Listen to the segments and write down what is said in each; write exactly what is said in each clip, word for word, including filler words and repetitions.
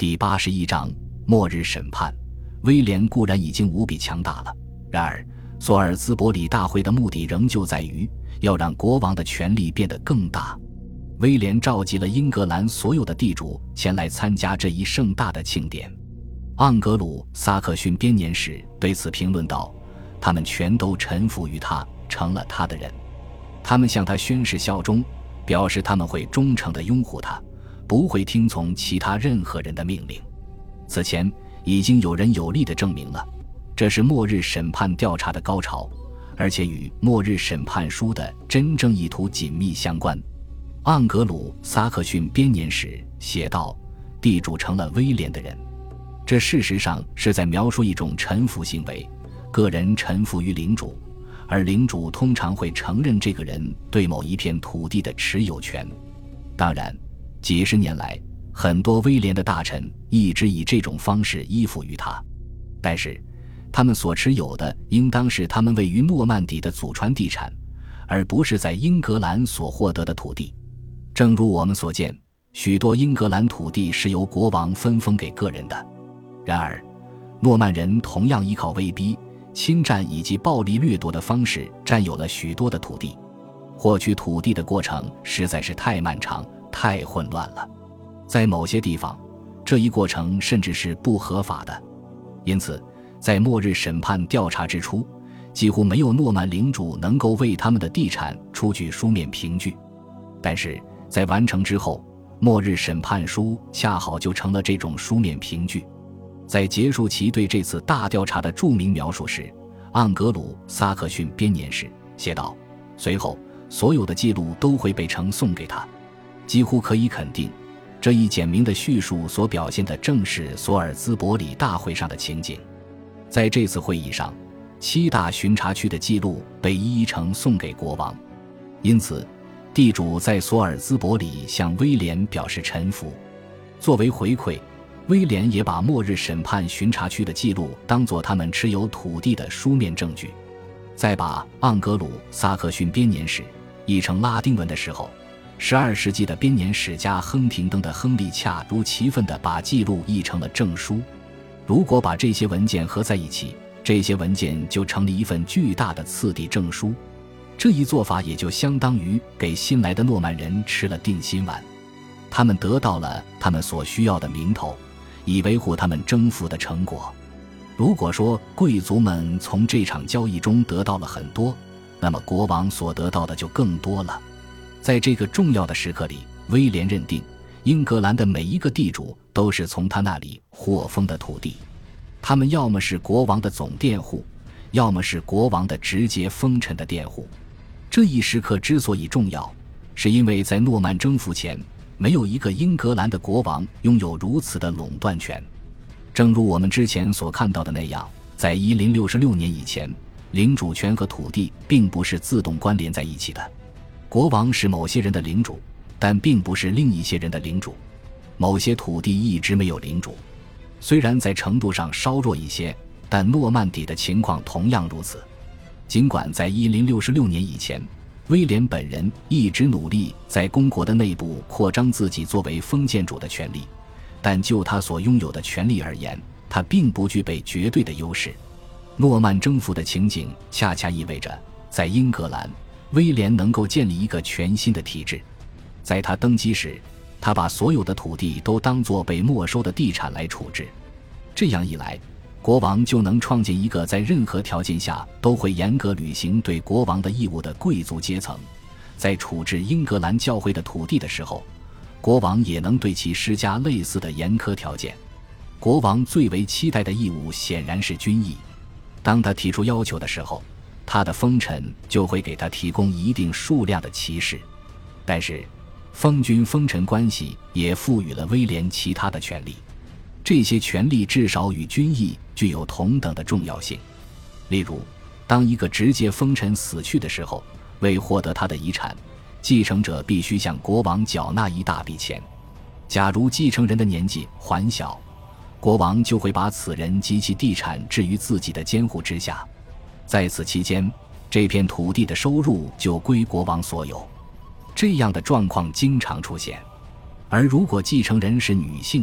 第八十一章末日审判。威廉固然已经无比强大了，然而索尔兹伯里大会的目的仍旧在于要让国王的权力变得更大。威廉召集了英格兰所有的地主前来参加这一盛大的庆典。盎格鲁撒克逊编年史对此评论道，他们全都臣服于他，成了他的人。他们向他宣誓效忠，表示他们会忠诚地拥护他，不会听从其他任何人的命令。此前已经有人有力地证明了，这是末日审判调查的高潮，而且与末日审判书的真正意图紧密相关。盎格鲁撒克逊编年史写道，地主成了威廉的人。这事实上是在描述一种臣服行为，个人臣服于领主，而领主通常会承认这个人对某一片土地的持有权。当然，几十年来很多威廉的大臣一直以这种方式依附于他，但是他们所持有的应当是他们位于诺曼底的祖传地产，而不是在英格兰所获得的土地。正如我们所见，许多英格兰土地是由国王分封给个人的。然而诺曼人同样依靠威逼、侵占以及暴力掠夺的方式占有了许多的土地。获取土地的过程实在是太漫长、太混乱了，在某些地方这一过程甚至是不合法的。因此在末日审判调查之初，几乎没有诺曼领主能够为他们的地产出具书面凭据。但是在完成之后，末日审判书恰好就成了这种书面凭据。在结束其对这次大调查的著名描述时，盎格鲁撒克逊编年史写道，随后所有的记录都会被呈送给他。几乎可以肯定，这一简明的叙述所表现的正是索尔兹伯里大会上的情景。在这次会议上，七大巡查区的记录被一一呈送给国王，因此地主在索尔兹伯里向威廉表示臣服。作为回馈，威廉也把末日审判巡查区的记录当作他们持有土地的书面证据。在把盎格鲁撒克逊编年史译成拉丁文的时候，十二世纪的编年史家亨廷登的亨利恰如其分地把记录译成了证书。如果把这些文件合在一起，这些文件就成了一份巨大的次第证书。这一做法也就相当于给新来的诺曼人吃了定心丸，他们得到了他们所需要的名头，以维护他们征服的成果。如果说贵族们从这场交易中得到了很多，那么国王所得到的就更多了。在这个重要的时刻里，威廉认定英格兰的每一个地主都是从他那里获封的土地，他们要么是国王的总佃户，要么是国王的直接封臣的佃户。这一时刻之所以重要，是因为在诺曼征服前，没有一个英格兰的国王拥有如此的垄断权。正如我们之前所看到的那样，在一零六六年以前，领主权和土地并不是自动关联在一起的。国王是某些人的领主，但并不是另一些人的领主。某些土地一直没有领主，虽然在程度上稍弱一些，但诺曼底的情况同样如此。尽管在一零六六年以前，威廉本人一直努力在公国的内部扩张自己作为封建主的权利，但就他所拥有的权利而言，他并不具备绝对的优势。诺曼征服的情景恰恰意味着，在英格兰，威廉能够建立一个全新的体制。在他登基时，他把所有的土地都当作被没收的地产来处置。这样一来，国王就能创建一个在任何条件下都会严格履行对国王的义务的贵族阶层。在处置英格兰教会的土地的时候，国王也能对其施加类似的严苛条件。国王最为期待的义务显然是军役。当他提出要求的时候，他的封臣就会给他提供一定数量的骑士。但是封军封臣关系也赋予了威廉其他的权利，这些权利至少与军役具有同等的重要性。例如，当一个直接封臣死去的时候，为获得他的遗产，继承者必须向国王缴纳一大笔钱。假如继承人的年纪还小，国王就会把此人及其地产置于自己的监护之下。在此期间，这片土地的收入就归国王所有。这样的状况经常出现。而如果继承人是女性，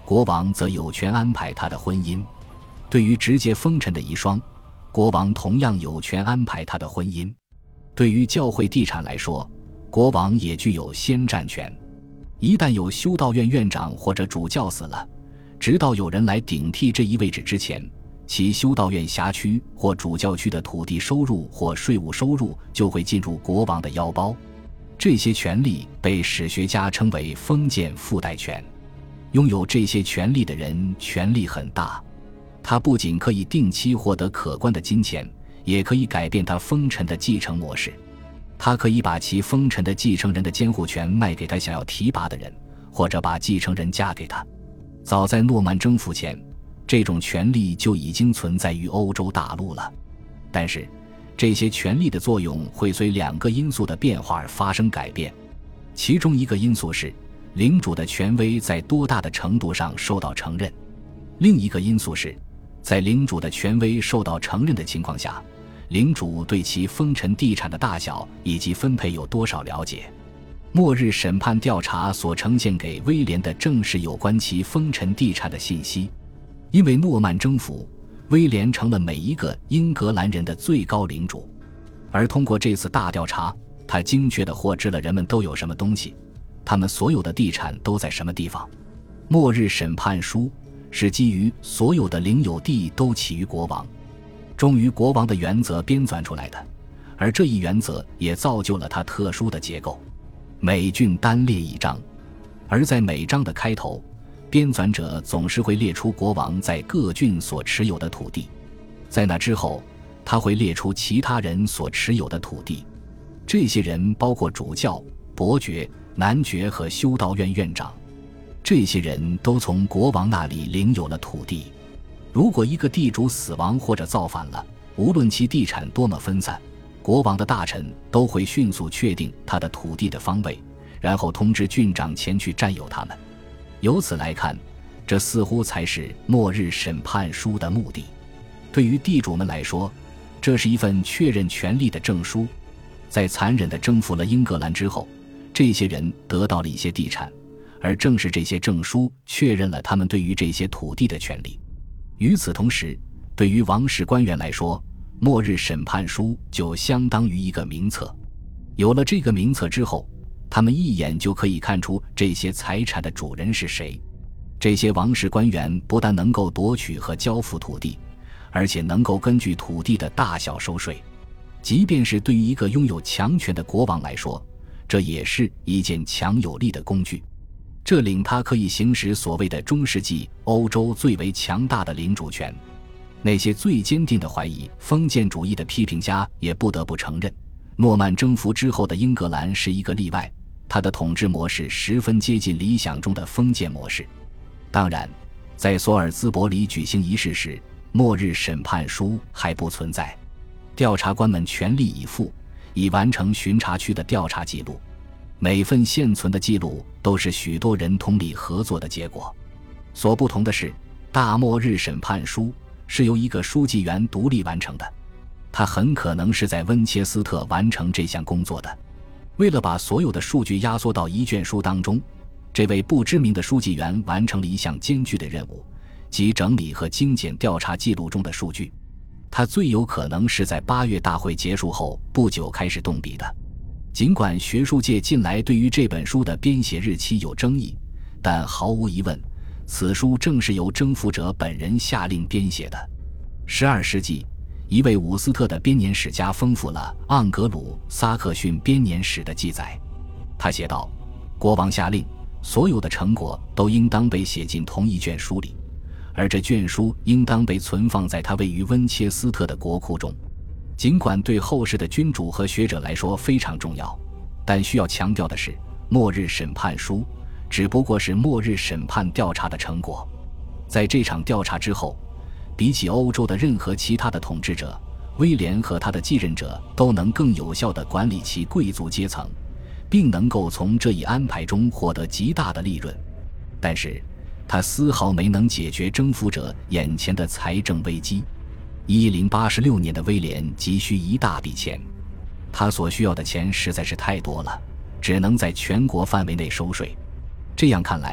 国王则有权安排他的婚姻。对于直接封臣的遗孀，国王同样有权安排他的婚姻。对于教会地产来说，国王也具有先占权。一旦有修道院院长或者主教死了，直到有人来顶替这一位置之前，其修道院辖区或主教区的土地收入或税务收入就会进入国王的腰包。这些权利被史学家称为封建附带权。拥有这些权利的人权力很大，他不仅可以定期获得可观的金钱，也可以改变他封臣的继承模式。他可以把其封臣的继承人的监护权卖给他想要提拔的人，或者把继承人嫁给他。早在诺曼征服前，这种权利就已经存在于欧洲大陆了。但是这些权利的作用会随两个因素的变化而发生改变。其中一个因素是领主的权威在多大的程度上受到承认，另一个因素是在领主的权威受到承认的情况下，领主对其封臣地产的大小以及分配有多少了解。末日审判调查所呈现给威廉的正是有关其封臣地产的信息。因为诺曼征服，威廉成了每一个英格兰人的最高领主，而通过这次大调查，他精确地获知了人们都有什么东西，他们所有的地产都在什么地方。末日审判书是基于所有的领有地都起于国王，忠于国王的原则编纂出来的，而这一原则也造就了它特殊的结构。每郡单列一章，而在每章的开头，编纂者总是会列出国王在各郡所持有的土地，在那之后他会列出其他人所持有的土地。这些人包括主教、伯爵、男爵和修道院院长，这些人都从国王那里领有了土地。如果一个地主死亡或者造反了，无论其地产多么分散，国王的大臣都会迅速确定他的土地的方位，然后通知郡长前去占有他们。由此来看，这似乎才是末日审判书的目的。对于地主们来说，这是一份确认权利的证书。在残忍地征服了英格兰之后，这些人得到了一些地产，而正是这些证书确认了他们对于这些土地的权利。与此同时，对于王室官员来说，末日审判书就相当于一个名册。有了这个名册之后，他们一眼就可以看出这些财产的主人是谁。这些王室官员不但能够夺取和交付土地，而且能够根据土地的大小收税。即便是对于一个拥有强权的国王来说，这也是一件强有力的工具。这令他可以行使所谓的中世纪欧洲最为强大的领主权。那些最坚定地怀疑封建主义的批评家也不得不承认，诺曼征服之后的英格兰是一个例外，他的统治模式十分接近理想中的封建模式。当然，在索尔兹伯里举行仪式时，末日审判书还不存在。调查官们全力以赴，以完成巡查区的调查记录。每份现存的记录都是许多人通力合作的结果。所不同的是，大末日审判书是由一个书记员独立完成的，他很可能是在温切斯特完成这项工作的。为了把所有的数据压缩到一卷书当中，这位不知名的书记员完成了一项艰巨的任务，即整理和精简调查记录中的数据。他最有可能是在八月大会结束后不久开始动笔的。尽管学术界近来对于这本书的编写日期有争议，但毫无疑问，此书正是由征服者本人下令编写的。十二世纪，一位伍斯特的编年史家丰富了盎格鲁撒克逊编年史的记载。他写道：国王下令，所有的成果都应当被写进同一卷书里，而这卷书应当被存放在他位于温切斯特的国库中。尽管对后世的君主和学者来说非常重要，但需要强调的是，末日审判书只不过是末日审判调查的成果。在这场调查之后，比起欧洲的任何其他的统治者，威廉和他的继任者都能更有效地管理其贵族阶层，并能够从这一安排中获得极大的利润。但是他丝毫没能解决征服者眼前的财政危机。一零八六年的威廉急需一大笔钱，他所需要的钱实在是太多了，只能在全国范围内收税。这样看来，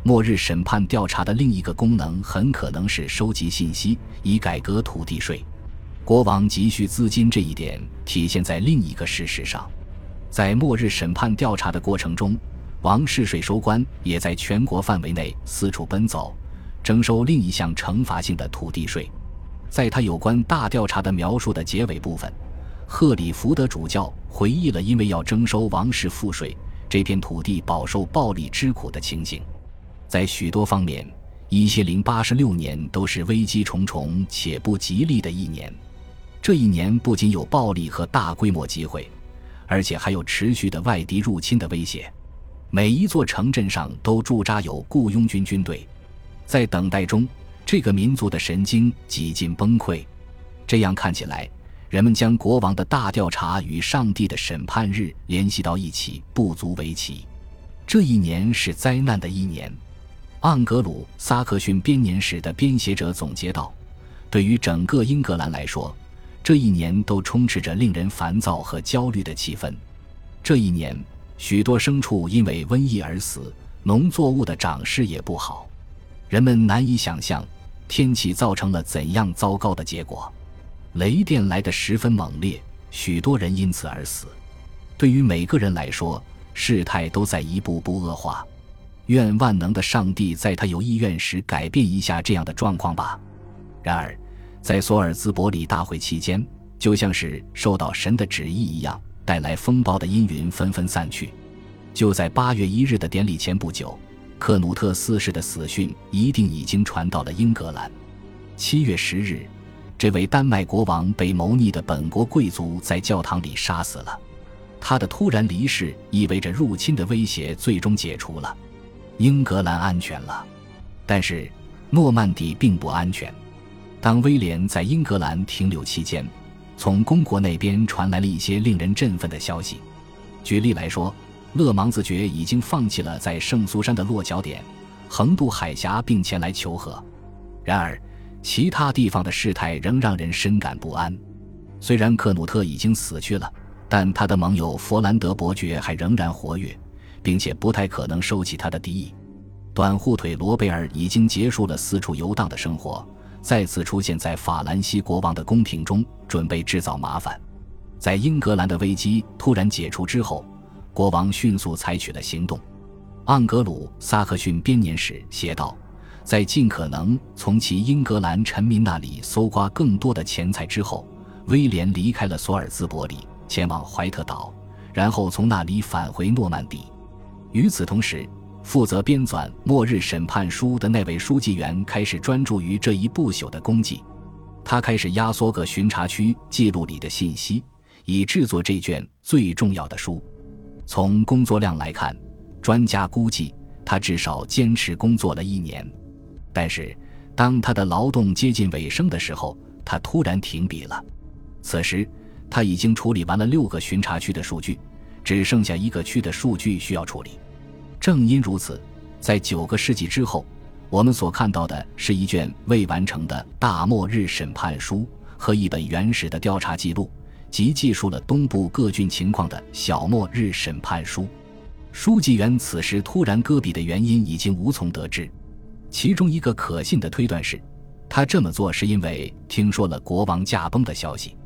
末日审判调查的另一个功能很可能是收集信息，以改革土地税。国王急需资金这一点体现在另一个事实上，在末日审判调查的过程中，王室税收官也在全国范围内四处奔走，征收另一项惩罚性的土地税。在他有关大调查的描述的结尾部分，赫里福德主教回忆了因为要征收王室赋税，这片土地饱受暴力之苦的情形。在许多方面，一千零八十六年都是危机重重且不吉利的一年。这一年不仅有暴力和大规模集会，而且还有持续的外敌入侵的威胁。每一座城镇上都驻扎有雇佣军军队，在等待中，这个民族的神经几近崩溃。这样看起来，人们将国王的大调查与上帝的审判日联系到一起不足为奇。这一年是灾难的一年。盎格鲁撒克逊编年史的编写者总结道，对于整个英格兰来说，这一年都充斥着令人烦躁和焦虑的气氛。这一年，许多牲畜因为瘟疫而死，农作物的长势也不好。人们难以想象天气造成了怎样糟糕的结果。雷电来得十分猛烈，许多人因此而死。对于每个人来说，事态都在一步步恶化。愿万能的上帝在他有意愿时改变一下这样的状况吧。然而，在索尔兹伯里大会期间，就像是受到神的旨意一样，带来风暴的阴云纷纷散去。就在八月一日的典礼前不久，克努特四世的死讯一定已经传到了英格兰。七月十日，这位丹麦国王被谋逆的本国贵族在教堂里杀死了。他的突然离世意味着入侵的威胁最终解除了，英格兰安全了。但是诺曼底并不安全。当威廉在英格兰停留期间，从公国那边传来了一些令人振奋的消息。举例来说，勒芒子爵已经放弃了在圣苏珊的落脚点，横渡海峡并前来求和。然而其他地方的事态仍让人深感不安。虽然克努特已经死去了，但他的盟友佛兰德伯爵还仍然活跃，并且不太可能收起他的敌意。短护腿罗贝尔已经结束了四处游荡的生活，再次出现在法兰西国王的宫廷中，准备制造麻烦。在英格兰的危机突然解除之后，国王迅速采取了行动。盎格鲁撒克逊编年史写道，在尽可能从其英格兰臣民那里搜刮更多的钱财之后，威廉离开了索尔兹伯里，前往怀特岛，然后从那里返回诺曼底。与此同时，负责编纂《末日审判书》的那位书记员开始专注于这一不朽的功绩。他开始压缩各巡查区记录里的信息，以制作这卷最重要的书。从工作量来看，专家估计他至少坚持工作了一年。但是当他的劳动接近尾声的时候，他突然停笔了。此时他已经处理完了六个巡查区的数据，只剩下一个区的数据需要处理。正因如此，在九个世纪之后，我们所看到的是一卷未完成的大末日审判书和一本原始的调查记录，即记述了东部各郡情况的小末日审判书。书记员此时突然搁笔的原因已经无从得知，其中一个可信的推断是，他这么做是因为听说了国王驾崩的消息。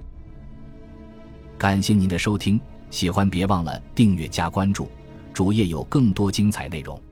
感谢您的收听，喜欢别忘了订阅加关注，主页有更多精彩内容。